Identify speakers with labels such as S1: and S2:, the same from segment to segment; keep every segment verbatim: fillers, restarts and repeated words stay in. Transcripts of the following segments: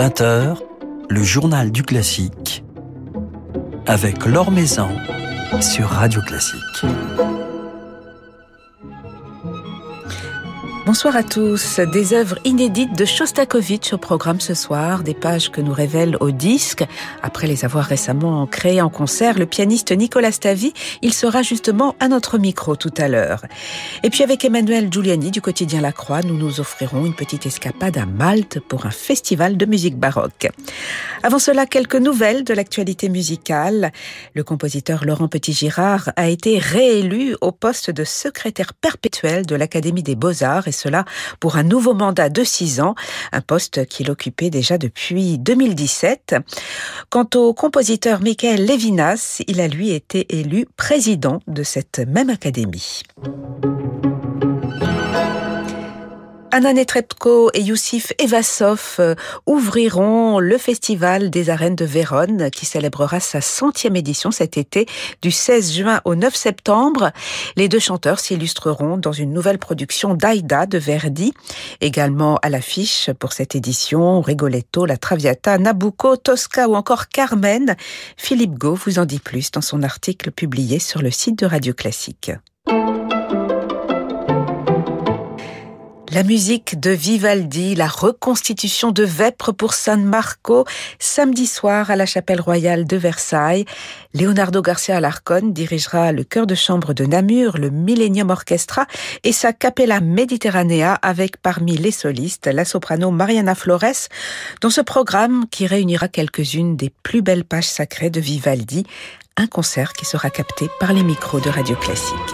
S1: vingt heures, le journal du classique avec Laure Maison sur Radio Classique.
S2: Bonsoir à tous. Des œuvres inédites de Chostakovitch au programme ce soir, des pages que nous révèle au disque. Après les avoir récemment créées en concert, le pianiste Nicolas Stavi, il sera justement à notre micro tout à l'heure. Et puis avec Emmanuel Giuliani du quotidien La Croix, nous nous offrirons une petite escapade à Malte pour un festival de musique baroque. Avant cela, quelques nouvelles de l'actualité musicale. Le compositeur Laurent Petit-Girard a été réélu au poste de secrétaire perpétuel de l'Académie des Beaux-Arts, et cela pour un nouveau mandat de six ans, un poste qu'il occupait déjà depuis deux mille dix-sept. Quant au compositeur Michael Levinas, il a lui été élu président de cette même académie. Anna Netrebko et Youssif Evassov ouvriront le Festival des Arènes de Vérone qui célébrera sa centième édition cet été du seize juin au neuf septembre. Les deux chanteurs s'illustreront dans une nouvelle production d'Aïda de Verdi. Également à l'affiche pour cette édition, Rigoletto, La Traviata, Nabucco, Tosca ou encore Carmen. Philippe Gau vous en dit plus dans son article publié sur le site de Radio Classique. La musique de Vivaldi, la reconstitution de Vêpres pour San Marco, samedi soir à la Chapelle Royale de Versailles. Leonardo Garcia Alarcón dirigera le chœur de chambre de Namur, le Millennium Orchestra et sa Capella Mediterranea avec parmi les solistes la soprano Mariana Flores, dans ce programme qui réunira quelques-unes des plus belles pages sacrées de Vivaldi. Un concert qui sera capté par les micros de Radio Classique.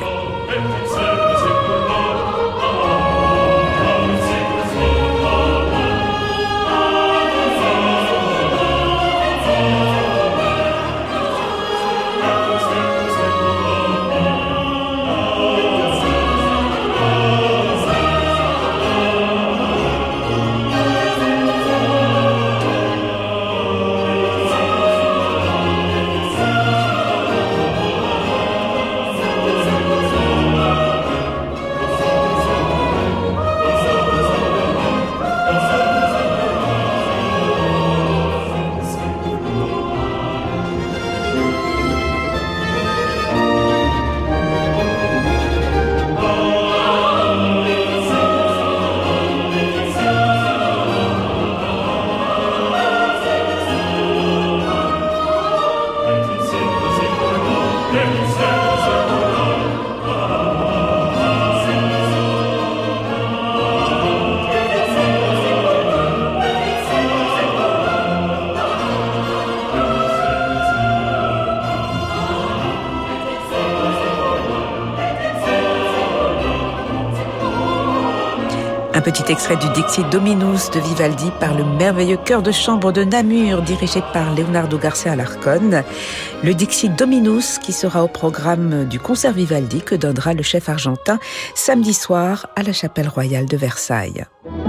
S2: Un petit extrait du Dixit Dominus de Vivaldi par le merveilleux chœur de chambre de Namur dirigé par Leonardo Garcia Alarcón. Le Dixit Dominus qui sera au programme du concert Vivaldi que donnera le chef argentin samedi soir à la Chapelle Royale de Versailles.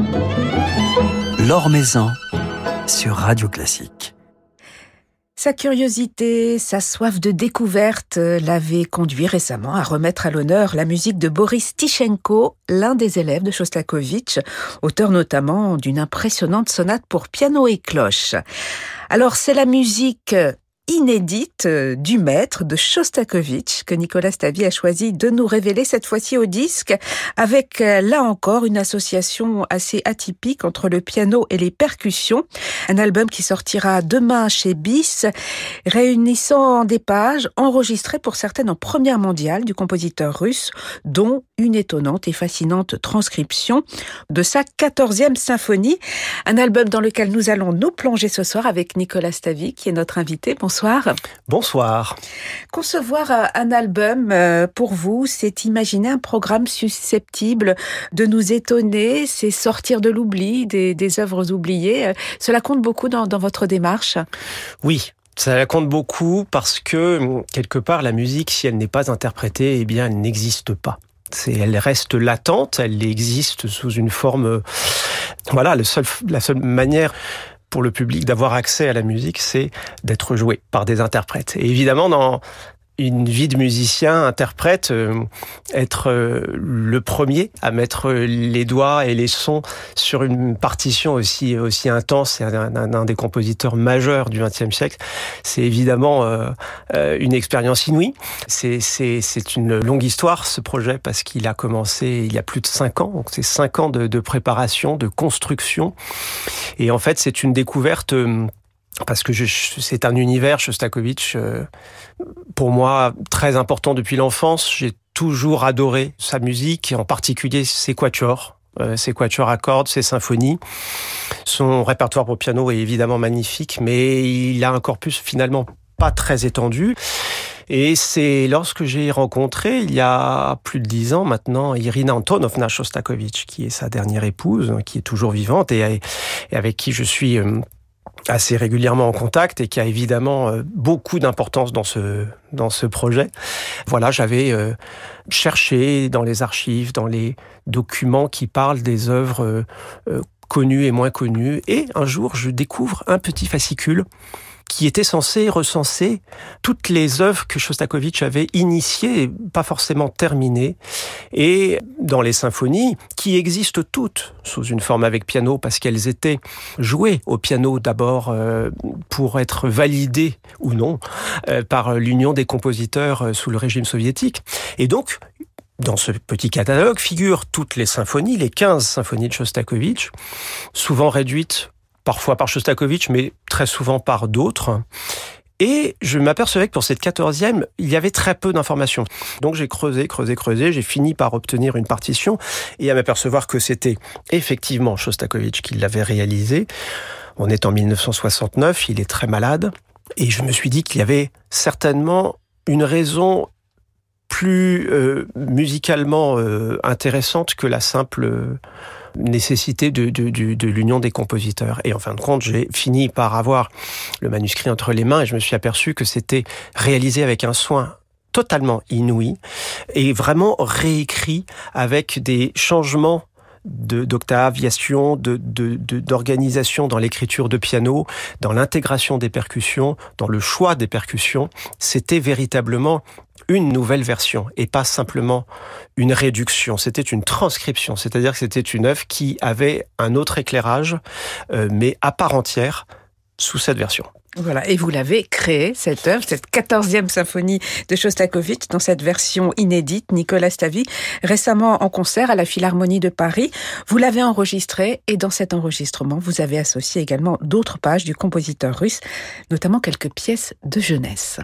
S1: Laure Maison sur Radio Classique.
S2: Sa curiosité, sa soif de découverte l'avaient conduit récemment à remettre à l'honneur la musique de Boris Tichenko, l'un des élèves de Chostakovitch, auteur notamment d'une impressionnante sonate pour piano et cloche. Alors c'est la musique inédite du maître de Chostakovitch que Nicolas Stavi a choisi de nous révéler cette fois-ci au disque avec là encore une association assez atypique entre le piano et les percussions. Un album qui sortira demain chez Bis, réunissant des pages enregistrées pour certaines en première mondiale du compositeur russe, dont une étonnante et fascinante transcription de sa quatorzième symphonie. Un album dans lequel nous allons nous plonger ce soir avec Nicolas Stavi qui est notre invité. Bonsoir. Bonsoir.
S3: Bonsoir.
S2: Concevoir un album, pour vous, c'est imaginer un programme susceptible de nous étonner, c'est sortir de l'oubli, des, des œuvres oubliées. Cela compte beaucoup dans, dans votre démarche ?
S3: Oui. Ça compte beaucoup parce que, quelque part, la musique, si elle n'est pas interprétée, eh bien, elle n'existe pas. C'est, elle reste latente, elle existe sous une forme... Voilà, le seul, la seule manière pour le public d'avoir accès à la musique, c'est d'être joué par des interprètes. Et évidemment, dans une vie de musicien, interprète, euh, être euh, le premier à mettre les doigts et les sons sur une partition aussi aussi intense, et un, un, un des compositeurs majeurs du vingtième siècle, c'est évidemment euh, euh, une expérience inouïe. C'est c'est c'est une longue histoire ce projet parce qu'il a commencé il y a plus de cinq ans, donc c'est cinq ans de, de préparation, de construction, et en fait c'est une découverte. Euh, Parce que je, c'est un univers, Shostakovich, euh, pour moi, très important depuis l'enfance. J'ai toujours adoré sa musique, et en particulier ses quatuors, euh, ses quatuors à cordes, ses symphonies. Son répertoire pour piano est évidemment magnifique, mais il a un corpus finalement pas très étendu. Et c'est lorsque j'ai rencontré, il y a plus de dix ans maintenant, Irina Antonovna Shostakovich, qui est sa dernière épouse, qui est toujours vivante, et, et avec qui je suis... Euh, assez régulièrement en contact et qui a évidemment beaucoup d'importance dans ce dans ce projet. Voilà, j'avais euh, cherché dans les archives, dans les documents qui parlent des œuvres euh, connues et moins connues, et un jour je découvre un petit fascicule qui était censé recenser toutes les œuvres que Shostakovich avait initiées, pas forcément terminées, et dans les symphonies, qui existent toutes sous une forme avec piano, parce qu'elles étaient jouées au piano d'abord euh, pour être validées ou non euh, par l'Union des compositeurs euh, sous le régime soviétique. Et donc, dans ce petit catalogue figurent toutes les symphonies, les quinze symphonies de Shostakovich, souvent réduites parfois par Shostakovich, mais très souvent par d'autres. Et je m'apercevais que pour cette quatorzième, il y avait très peu d'informations. Donc j'ai creusé, creusé, creusé, j'ai fini par obtenir une partition et à m'apercevoir que c'était effectivement Shostakovich qui l'avait réalisé. On est en mille neuf cent soixante-neuf, il est très malade, et je me suis dit qu'il y avait certainement une raison plus euh, musicalement euh, intéressante que la simple... Euh, nécessité de, de, de, de l'union des compositeurs. Et en fin de compte, j'ai fini par avoir le manuscrit entre les mains et je me suis aperçu que c'était réalisé avec un soin totalement inouï et vraiment réécrit avec des changements de, d'octaviation, de, de, de, d'organisation dans l'écriture de piano, dans l'intégration des percussions, dans le choix des percussions. C'était véritablement une nouvelle version et pas simplement une réduction. C'était une transcription, c'est-à-dire que c'était une œuvre qui avait un autre éclairage, euh, mais à part entière, sous cette version.
S2: Voilà, et vous l'avez créée, cette œuvre, cette quatorzième symphonie de Shostakovich, dans cette version inédite, Nicolas Stavy, récemment en concert à la Philharmonie de Paris. Vous l'avez enregistrée, et dans cet enregistrement, vous avez associé également d'autres pages du compositeur russe, notamment quelques pièces de jeunesse.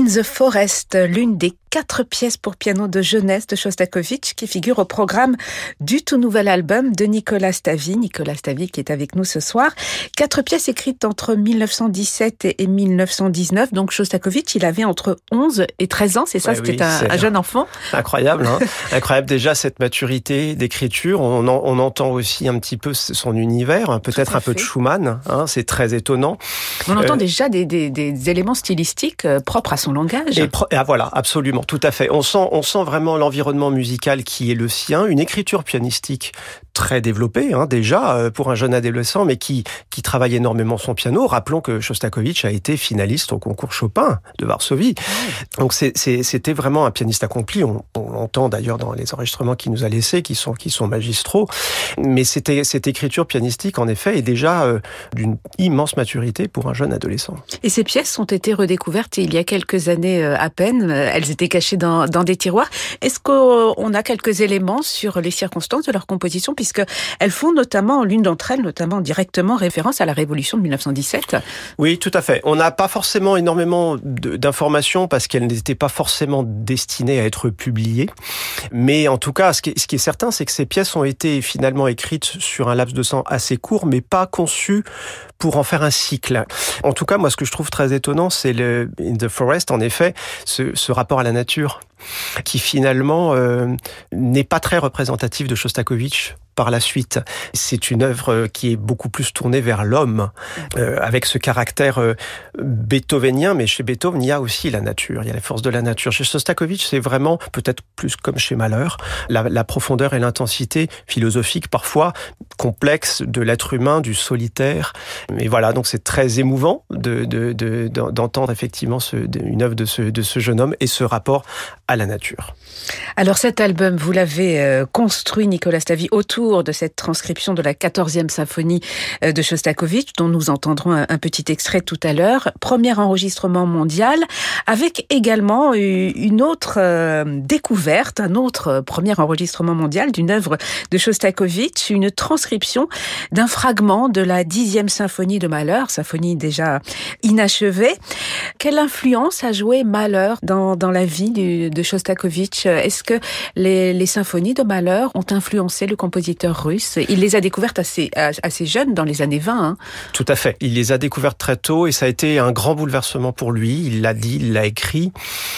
S2: In the Forest, l'une des quatre pièces pour piano de jeunesse de Shostakovich qui figure au programme du tout nouvel album de Nicolas Stavy. Nicolas Stavy qui est avec nous ce soir. Quatre pièces écrites entre mille neuf cent dix-sept et mille neuf cent dix-neuf. Donc Shostakovich, il avait entre onze et treize ans, c'est ça? Ouais, C'était oui, un, c'est un jeune enfant.
S3: Incroyable, hein. Incroyable déjà cette maturité d'écriture. On, en, on entend aussi un petit peu son univers, hein, peut-être un peu de Schumann. Hein, c'est très étonnant.
S2: On entend euh, déjà des, des, des éléments stylistiques euh, propres à son langage.
S3: Et, pro- et ah, voilà, absolument. Tout à fait. On sent, on sent vraiment l'environnement musical qui est le sien, une écriture pianistique très développée, hein, déjà, pour un jeune adolescent, mais qui, qui travaille énormément son piano. Rappelons que Shostakovich a été finaliste au concours Chopin de Varsovie. Donc c'est, c'est, c'était vraiment un pianiste accompli. On, on l'entend d'ailleurs dans les enregistrements qu'il nous a laissés, qui sont, qui sont magistraux. Mais c'était, cette écriture pianistique, en effet, est déjà euh, d'une immense maturité pour un jeune adolescent.
S2: Et ces pièces ont été redécouvertes il y a quelques années euh, à peine. Elles étaient cachées dans, dans des tiroirs. Est-ce qu'on a quelques éléments sur les circonstances de leur composition, puisqu'elles font notamment, l'une d'entre elles, notamment directement référence à la Révolution de mille neuf cent dix-sept?
S3: Oui, tout à fait. On n'a pas forcément énormément de, d'informations parce qu'elles n'étaient pas forcément destinées à être publiées. Mais en tout cas, ce qui est, ce qui est certain, c'est que ces pièces ont été finalement écrites sur un laps de temps assez court, mais pas conçues pour en faire un cycle. En tout cas, moi, ce que je trouve très étonnant, c'est le In the Forest, en effet, ce, ce rapport à la nature, qui finalement euh, n'est pas très représentatif de Shostakovich par la suite. C'est une œuvre qui est beaucoup plus tournée vers l'homme, euh, avec ce caractère euh, beethovenien, mais chez Beethoven, il y a aussi la nature, il y a la force de la nature. Chez Shostakovich, c'est vraiment, peut-être plus comme chez Mahler, la, la profondeur et l'intensité philosophique, parfois complexe, de l'être humain, du solitaire. Mais voilà, donc c'est très émouvant de, de, de, d'entendre effectivement ce, une œuvre de ce, de ce jeune homme et ce rapport à la nature.
S2: Alors cet album, vous l'avez euh, construit, Nicolas Stavy, autour de cette transcription de la quatorzième symphonie euh, de Shostakovich, dont nous entendrons un, un petit extrait tout à l'heure. Premier enregistrement mondial, avec également une autre euh, découverte, un autre euh, premier enregistrement mondial d'une œuvre de Shostakovich, une transcription d'un fragment de la dixième symphonie de Mahler, symphonie déjà inachevée. Quelle influence a joué Mahler dans, dans la vie du, de Shostakovich? Est-ce que les, les symphonies de Mahler ont influencé le compositeur russe? Il les a découvertes assez, assez jeunes, dans les années vingt. Hein.
S3: Tout à fait. Il les a découvertes très tôt et ça a été un grand bouleversement pour lui. Il l'a dit, il l'a écrit.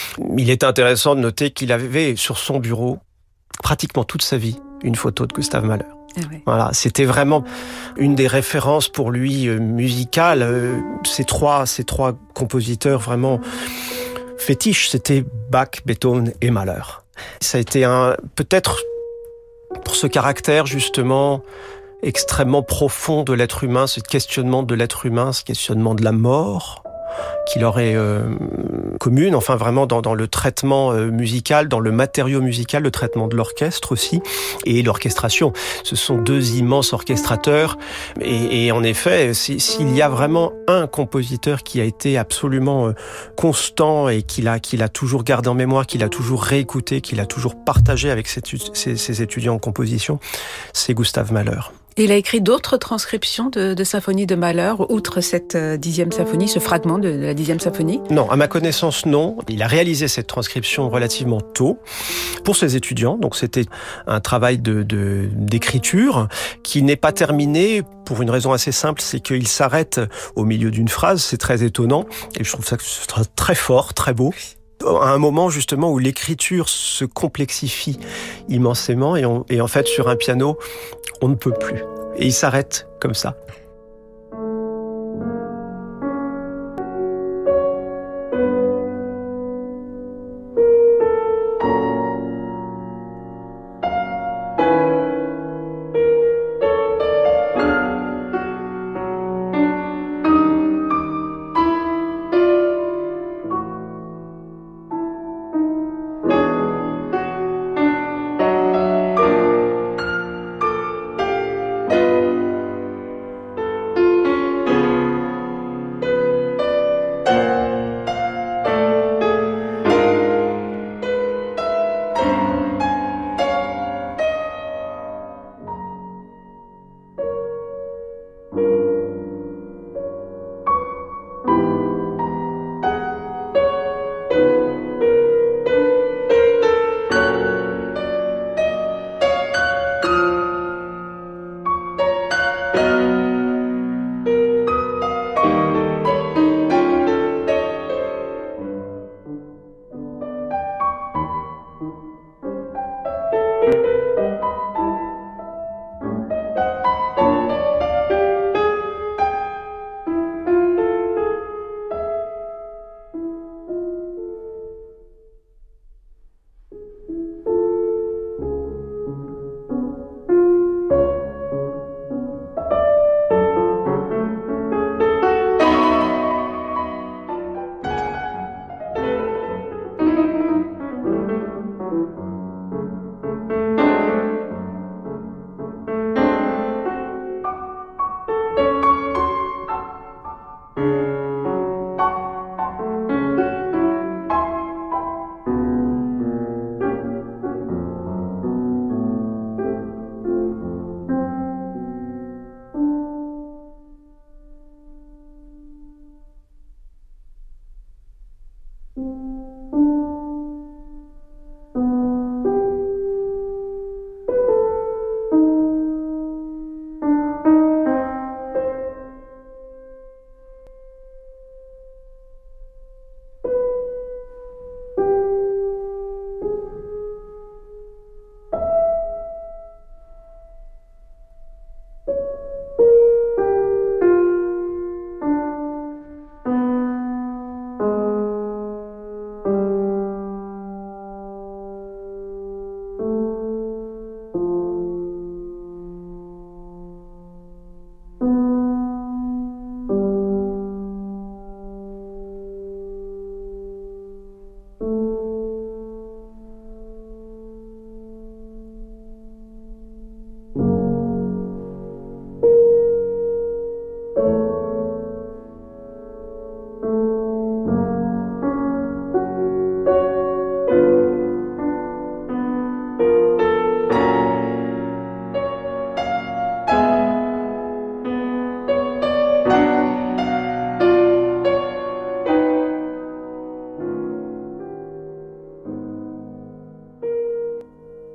S3: Il est intéressant de noter qu'il avait sur son bureau, pratiquement toute sa vie, une photo de Gustav Mahler. Ah ouais. Voilà, c'était vraiment une des références pour lui euh, musicales. Euh, ces trois, ces trois compositeurs vraiment fétiches, c'était Bach, Beethoven et Mahler. Ça a été un, peut-être pour ce caractère justement extrêmement profond de l'être humain, ce questionnement de l'être humain, ce questionnement de la mort, qui leur est euh, commune, enfin vraiment dans, dans le traitement euh, musical, dans le matériau musical, le traitement de l'orchestre aussi, et l'orchestration. Ce sont deux immenses orchestrateurs, et, et en effet, si, s'il y a vraiment un compositeur qui a été absolument euh, constant et qu'il a, qu'il a toujours gardé en mémoire, qu'il a toujours réécouté, qu'il a toujours partagé avec ses, ses, ses étudiants en composition, c'est Gustav Mahler.
S2: Il a écrit d'autres transcriptions de, de symphonies de Mahler, outre cette euh, dixième symphonie, ce fragment de, de la dixième symphonie?
S3: Non, à ma connaissance, non. Il a réalisé cette transcription relativement tôt pour ses étudiants. Donc c'était un travail de, de, d'écriture qui n'est pas terminé pour une raison assez simple, c'est qu'il s'arrête au milieu d'une phrase. C'est très étonnant et je trouve ça très fort, très beau. À un moment justement où l'écriture se complexifie immensément et, on, et en fait sur un piano on ne peut plus et il s'arrête comme ça.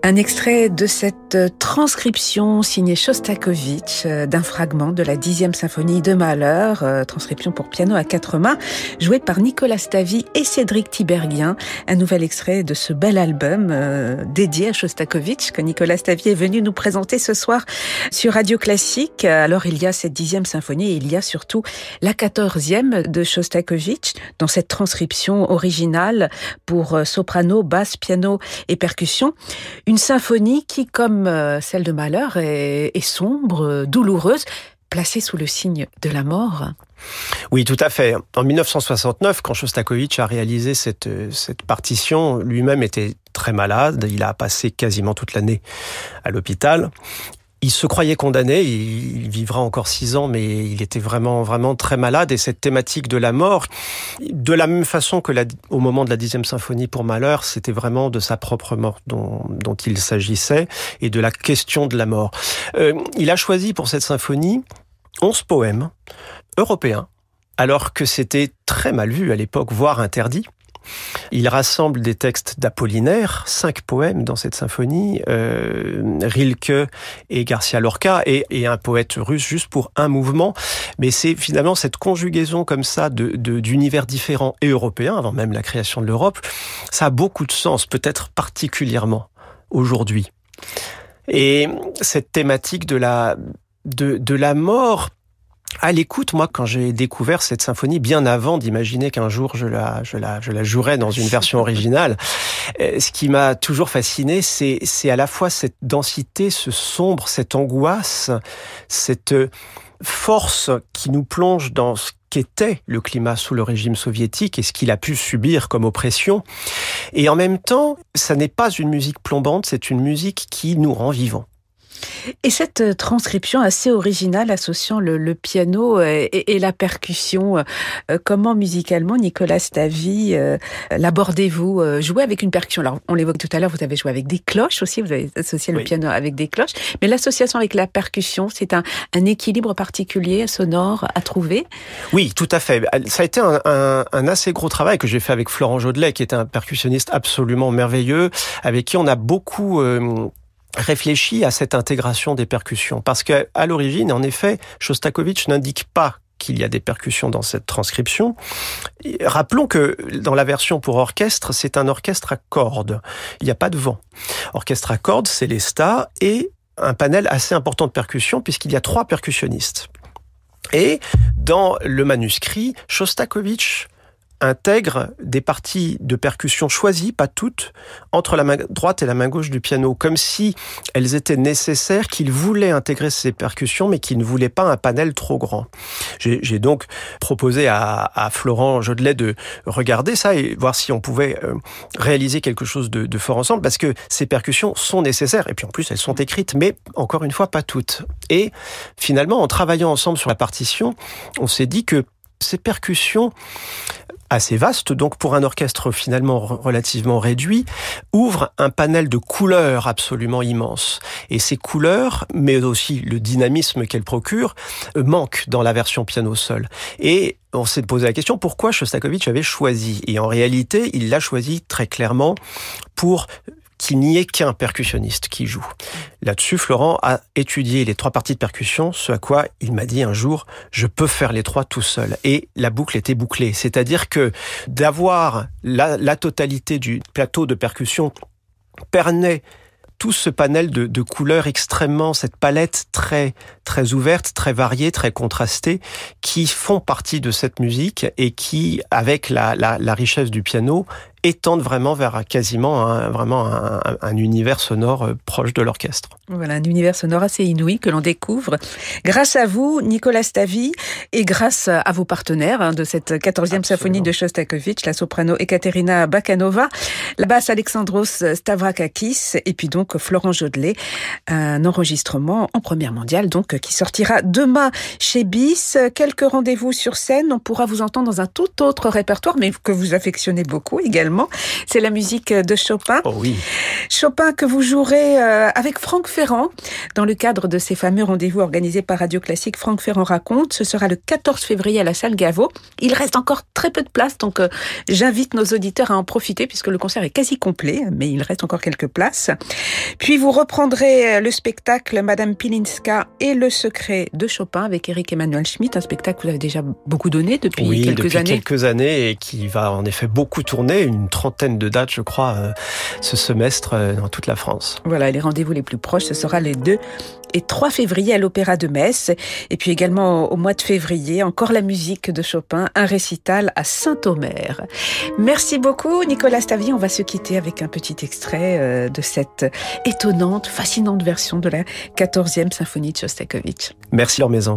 S2: Un extrait de cette transcription signée Shostakovich d'un fragment de la dixième symphonie de Mahler, transcription pour piano à quatre mains, jouée par Nicolas Stavy et Cédric Tiberghien. Un nouvel extrait de ce bel album euh, dédié à Shostakovich que Nicolas Stavy est venu nous présenter ce soir sur Radio Classique. Alors il y a cette dixième symphonie et il y a surtout la quatorzième de Shostakovich dans cette transcription originale pour soprano, basse, piano et percussion. Une symphonie qui, comme celle de Mahler, est, est sombre, douloureuse, placée sous le signe de la mort.
S3: Oui, tout à fait. En dix-neuf cent soixante-neuf, quand Shostakovich a réalisé cette, cette partition, lui-même était très malade. Il a passé quasiment toute l'année à l'hôpital. Il se croyait condamné, il vivra encore six ans, mais il était vraiment, vraiment très malade. Et cette thématique de la mort, de la même façon que la, au moment de la dixième symphonie pour Mahler, c'était vraiment de sa propre mort dont, dont il s'agissait et de la question de la mort. Euh, il a choisi pour cette symphonie onze poèmes européens, alors que c'était très mal vu à l'époque, voire interdit. Il rassemble des textes d'Apollinaire, cinq poèmes dans cette symphonie, euh, Rilke et Garcia Lorca, et, et un poète russe juste pour un mouvement. Mais c'est finalement cette conjugaison comme ça de, de, d'univers différents et européens, avant même la création de l'Europe, ça a beaucoup de sens, peut-être particulièrement aujourd'hui. Et cette thématique de la, de, de la mort, à l'écoute, moi, quand j'ai découvert cette symphonie, bien avant d'imaginer qu'un jour je la, je la, je la jouerais dans une version originale, ce qui m'a toujours fasciné, c'est, c'est à la fois cette densité, ce sombre, cette angoisse, cette force qui nous plonge dans ce qu'était le climat sous le régime soviétique et ce qu'il a pu subir comme oppression. Et en même temps, ça n'est pas une musique plombante, c'est une musique qui nous rend vivants.
S2: Et cette transcription assez originale associant le, le piano et, et la percussion, euh, comment musicalement, Nicolas Stavy, euh, l'abordez-vous? euh, Jouer avec une percussion, alors on l'évoque tout à l'heure, vous avez joué avec des cloches aussi, vous avez associé le oui. piano avec des cloches, mais l'association avec la percussion, c'est un, un équilibre particulier, sonore, à trouver?
S3: Oui, tout à fait. Ça a été un, un, un assez gros travail que j'ai fait avec Florent Jodelet, qui est un percussionniste absolument merveilleux, avec qui on a beaucoup... Euh, réfléchi à cette intégration des percussions. Parce qu'à l'origine, en effet, Shostakovich n'indique pas qu'il y a des percussions dans cette transcription. Et rappelons que dans la version pour orchestre, c'est un orchestre à cordes. Il n'y a pas de vent. Orchestre à cordes, c'est les stars et un panel assez important de percussions puisqu'il y a trois percussionnistes. Et dans le manuscrit, Shostakovich intègre des parties de percussion choisies, pas toutes, entre la main droite et la main gauche du piano, comme si elles étaient nécessaires, qu'il voulait intégrer ces percussions, mais qu'il ne voulait pas un panel trop grand. J'ai, j'ai donc proposé à, à Florent Jodelet de regarder ça et voir si on pouvait euh, réaliser quelque chose de, de fort ensemble, parce que ces percussions sont nécessaires, et puis en plus elles sont écrites, mais encore une fois pas toutes. Et finalement, en travaillant ensemble sur la partition, on s'est dit que ces percussions assez vaste, donc pour un orchestre finalement relativement réduit, ouvre un panel de couleurs absolument immense. Et ces couleurs, mais aussi le dynamisme qu'elles procurent, manquent dans la version piano seul. Et on s'est posé la question, pourquoi Shostakovich avait choisi? Et en réalité, il l'a choisi très clairement pour qu'il n'y ait qu'un percussionniste qui joue. Là-dessus, Florent a étudié les trois parties de percussion, ce à quoi il m'a dit un jour, je peux faire les trois tout seul. Et la boucle était bouclée. C'est-à-dire que d'avoir la, la totalité du plateau de percussion permet tout ce panel de, de couleurs extrêmement, cette palette très, très ouverte, très variée, très contrastée, qui font partie de cette musique et qui, avec la, la, la richesse du piano, étendent vraiment vers quasiment un, vraiment un, un, un univers sonore proche de l'orchestre.
S2: Voilà, un univers sonore assez inouï que l'on découvre grâce à vous, Nicolas Stavy, et grâce à vos partenaires hein, de cette quatorzième symphonie de Shostakovich, la soprano Ekaterina Bakanova, la basse Alexandros Stavrakakis, et puis donc Florent Jodelet, un enregistrement en première mondiale, donc qui sortira demain chez Bis. Quelques rendez-vous sur scène, on pourra vous entendre dans un tout autre répertoire, mais que vous affectionnez beaucoup également. évidemment. C'est la musique de Chopin.
S3: Oh oui.
S2: Chopin que vous jouerez euh, avec Franck Ferrand dans le cadre de ces fameux rendez-vous organisés par Radio Classique. Franck Ferrand raconte. Ce sera le quatorze février à la salle Gaveau. Il reste encore très peu de place, donc euh, j'invite nos auditeurs à en profiter puisque le concert est quasi complet, mais il reste encore quelques places. Puis vous reprendrez le spectacle Madame Pilinska et le secret de Chopin avec Éric Emmanuel Schmitt, un spectacle que vous avez déjà beaucoup donné depuis
S3: oui,
S2: quelques
S3: depuis
S2: années.
S3: quelques années et qui va en effet beaucoup tourner, une trentaine de dates je crois euh, ce semestre euh, dans toute la France.
S2: Voilà, les rendez-vous les plus proches, ce sera les deux et trois février à l'Opéra de Metz et puis également au mois de février, encore la musique de Chopin, un récital à Saint-Omer. Merci beaucoup Nicolas Stavier, on va se quitter avec un petit extrait de cette étonnante, fascinante version de la quatorzième symphonie de Shostakovich.
S3: Merci Laure Maison.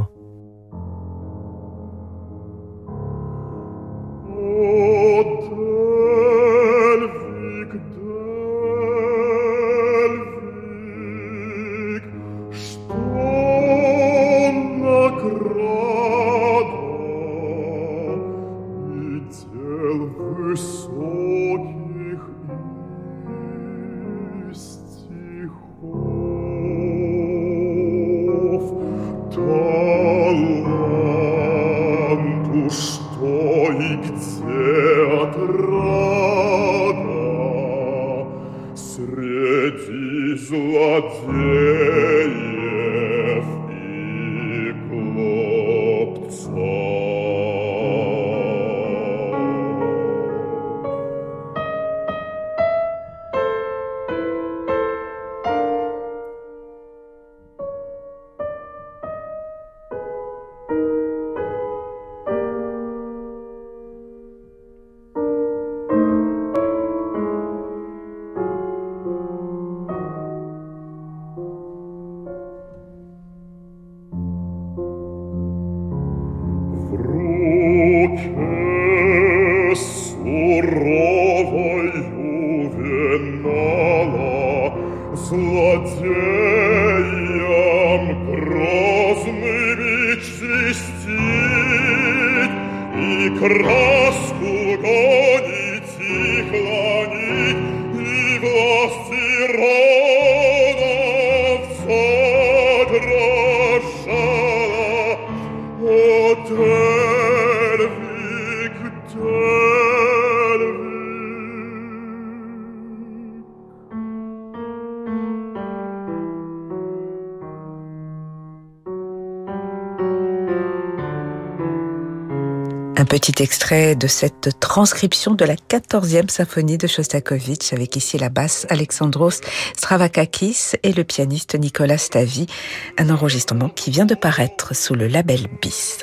S2: Un petit extrait de cette transcription de la quatorzième symphonie de Shostakovich avec ici la basse Alexandros Stravakakis et le pianiste Nicolas Stavi. Un enregistrement qui vient de paraître sous le label Bis.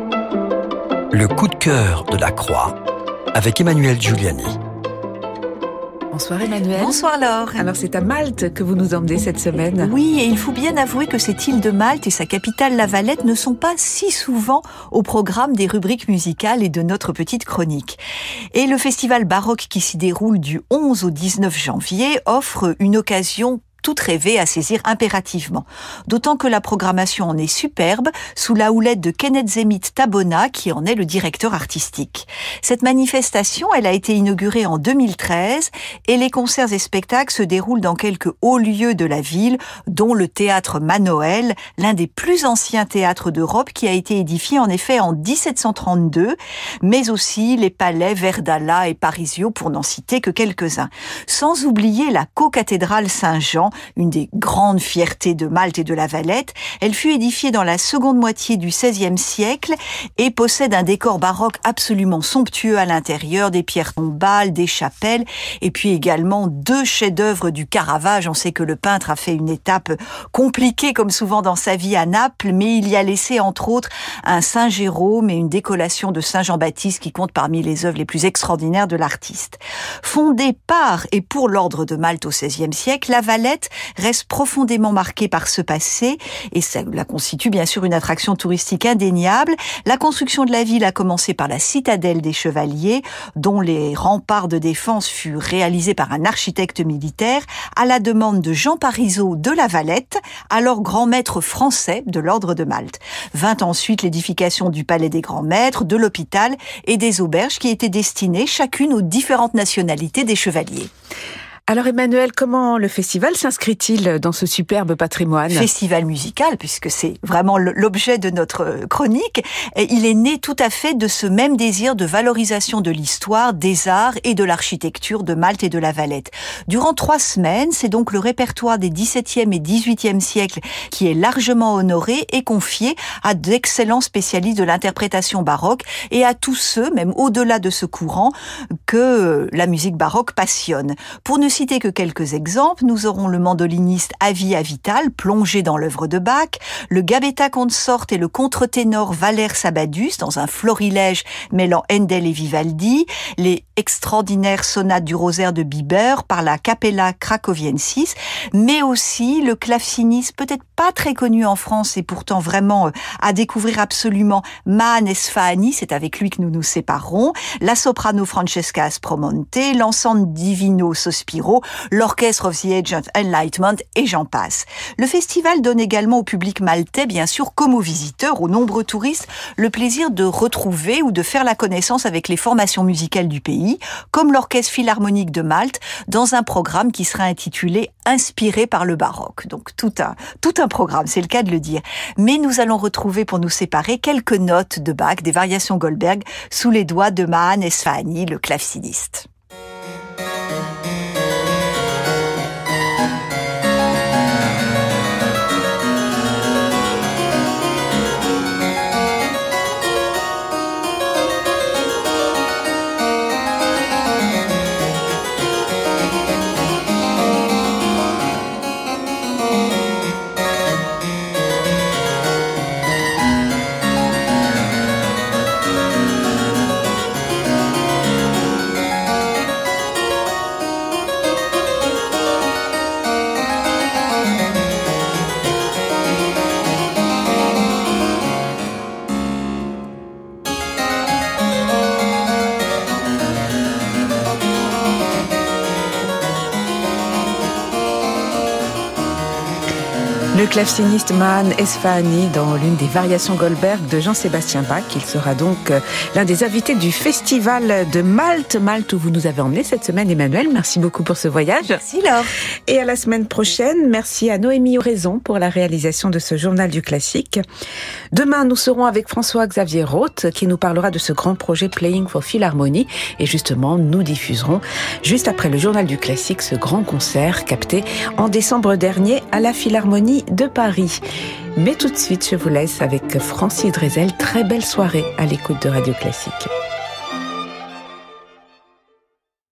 S1: Le coup de cœur de la Croix avec Emmanuel Giuliani.
S2: Bonsoir Emmanuel.
S4: Bonsoir Laure.
S2: Alors c'est à Malte que vous nous emmenez cette semaine.
S4: Oui, et il faut bien avouer que cette île de Malte et sa capitale La Valette ne sont pas si souvent au programme des rubriques musicales et de notre petite chronique. Et le festival baroque qui s'y déroule du onze au dix-neuf janvier offre une occasion toute rêvée à saisir impérativement. D'autant que la programmation en est superbe, sous la houlette de Kenneth Zemit Tabona, qui en est le directeur artistique. Cette manifestation, elle a été inaugurée en deux mille treize, et les concerts et spectacles se déroulent dans quelques hauts lieux de la ville, dont le théâtre Manoël, l'un des plus anciens théâtres d'Europe, qui a été édifié en effet en dix-sept cent trente-deux, mais aussi les palais Verdala et Parisio, pour n'en citer que quelques-uns. Sans oublier la co-cathédrale Saint-Jean, une des grandes fiertés de Malte et de la Valette. Elle fut édifiée dans la seconde moitié du seizième siècle et possède un décor baroque absolument somptueux à l'intérieur, des pierres tombales, des chapelles, et puis également deux chefs-d'œuvre du Caravage. On sait que le peintre a fait une étape compliquée, comme souvent dans sa vie, à Naples, mais il y a laissé entre autres un Saint-Jérôme et une décollation de Saint-Jean-Baptiste qui compte parmi les œuvres les plus extraordinaires de l'artiste. Fondée par et pour l'ordre de Malte au seizième siècle, la Valette Valette reste profondément marquée par ce passé et ça la constitue bien sûr une attraction touristique indéniable. La construction de la ville a commencé par la citadelle des Chevaliers, dont les remparts de défense furent réalisés par un architecte militaire à la demande de Jean Parisot de La Valette, alors grand maître français de l'ordre de Malte. Vint ensuite l'édification du palais des grands maîtres, de l'hôpital et des auberges qui étaient destinées chacune aux différentes nationalités des chevaliers.
S2: Alors Emmanuel, comment le festival s'inscrit-il dans ce superbe patrimoine ?
S4: Festival musical, puisque c'est vraiment l'objet de notre chronique. Et il est né tout à fait de ce même désir de valorisation de l'histoire, des arts et de l'architecture de Malte et de La Valette. Durant trois semaines, c'est donc le répertoire des dix-septième et dix-huitième siècles qui est largement honoré et confié à d'excellents spécialistes de l'interprétation baroque et à tous ceux, même au-delà de ce courant, que la musique baroque passionne. Pour ne citer que quelques exemples, nous aurons le mandoliniste Avi Avital, plongé dans l'œuvre de Bach, le gabetta consort et le contre-ténor Valère Sabadus dans un florilège mêlant Handel et Vivaldi, les extraordinaires sonates du rosaire de Bieber par la Capella Cracoviensis, mais aussi le claveciniste peut-être pas très connu en France et pourtant vraiment à découvrir absolument, Mahan Esfahani, c'est avec lui que nous nous séparons, la soprano Francesca Aspromonte, l'ensemble Divino Sospiro, l'Orchestre of the Ancient Enlightenment et j'en passe. Le festival donne également au public maltais, bien sûr, comme aux visiteurs, aux nombreux touristes, le plaisir de retrouver ou de faire la connaissance avec les formations musicales du pays, comme l'Orchestre Philharmonique de Malte, dans un programme qui sera intitulé « Inspiré par le baroque ». Donc tout un, tout un programme, c'est le cas de le dire. Mais nous allons retrouver pour nous séparer quelques notes de Bach, des variations Goldberg, sous les doigts de Mahan Esfahani, le claveciniste.
S2: Le claveciniste Mahan Esfahani dans l'une des variations Goldberg de Jean-Sébastien Bach. Il sera donc l'un des invités du festival de Malte. Malte où vous nous avez emmenés cette semaine, Emmanuel. Merci beaucoup pour ce voyage.
S4: Merci Laure.
S2: Et à la semaine prochaine. Merci à Noémie Oraison pour la réalisation de ce journal du classique. Demain, nous serons avec François-Xavier Roth qui nous parlera de ce grand projet Playing for Philharmonie. Et justement, nous diffuserons juste après le journal du classique ce grand concert capté en décembre dernier à la Philharmonie de Paris. Mais tout de suite, je vous laisse avec Francis Drezel. Très belle soirée à l'écoute de Radio Classique.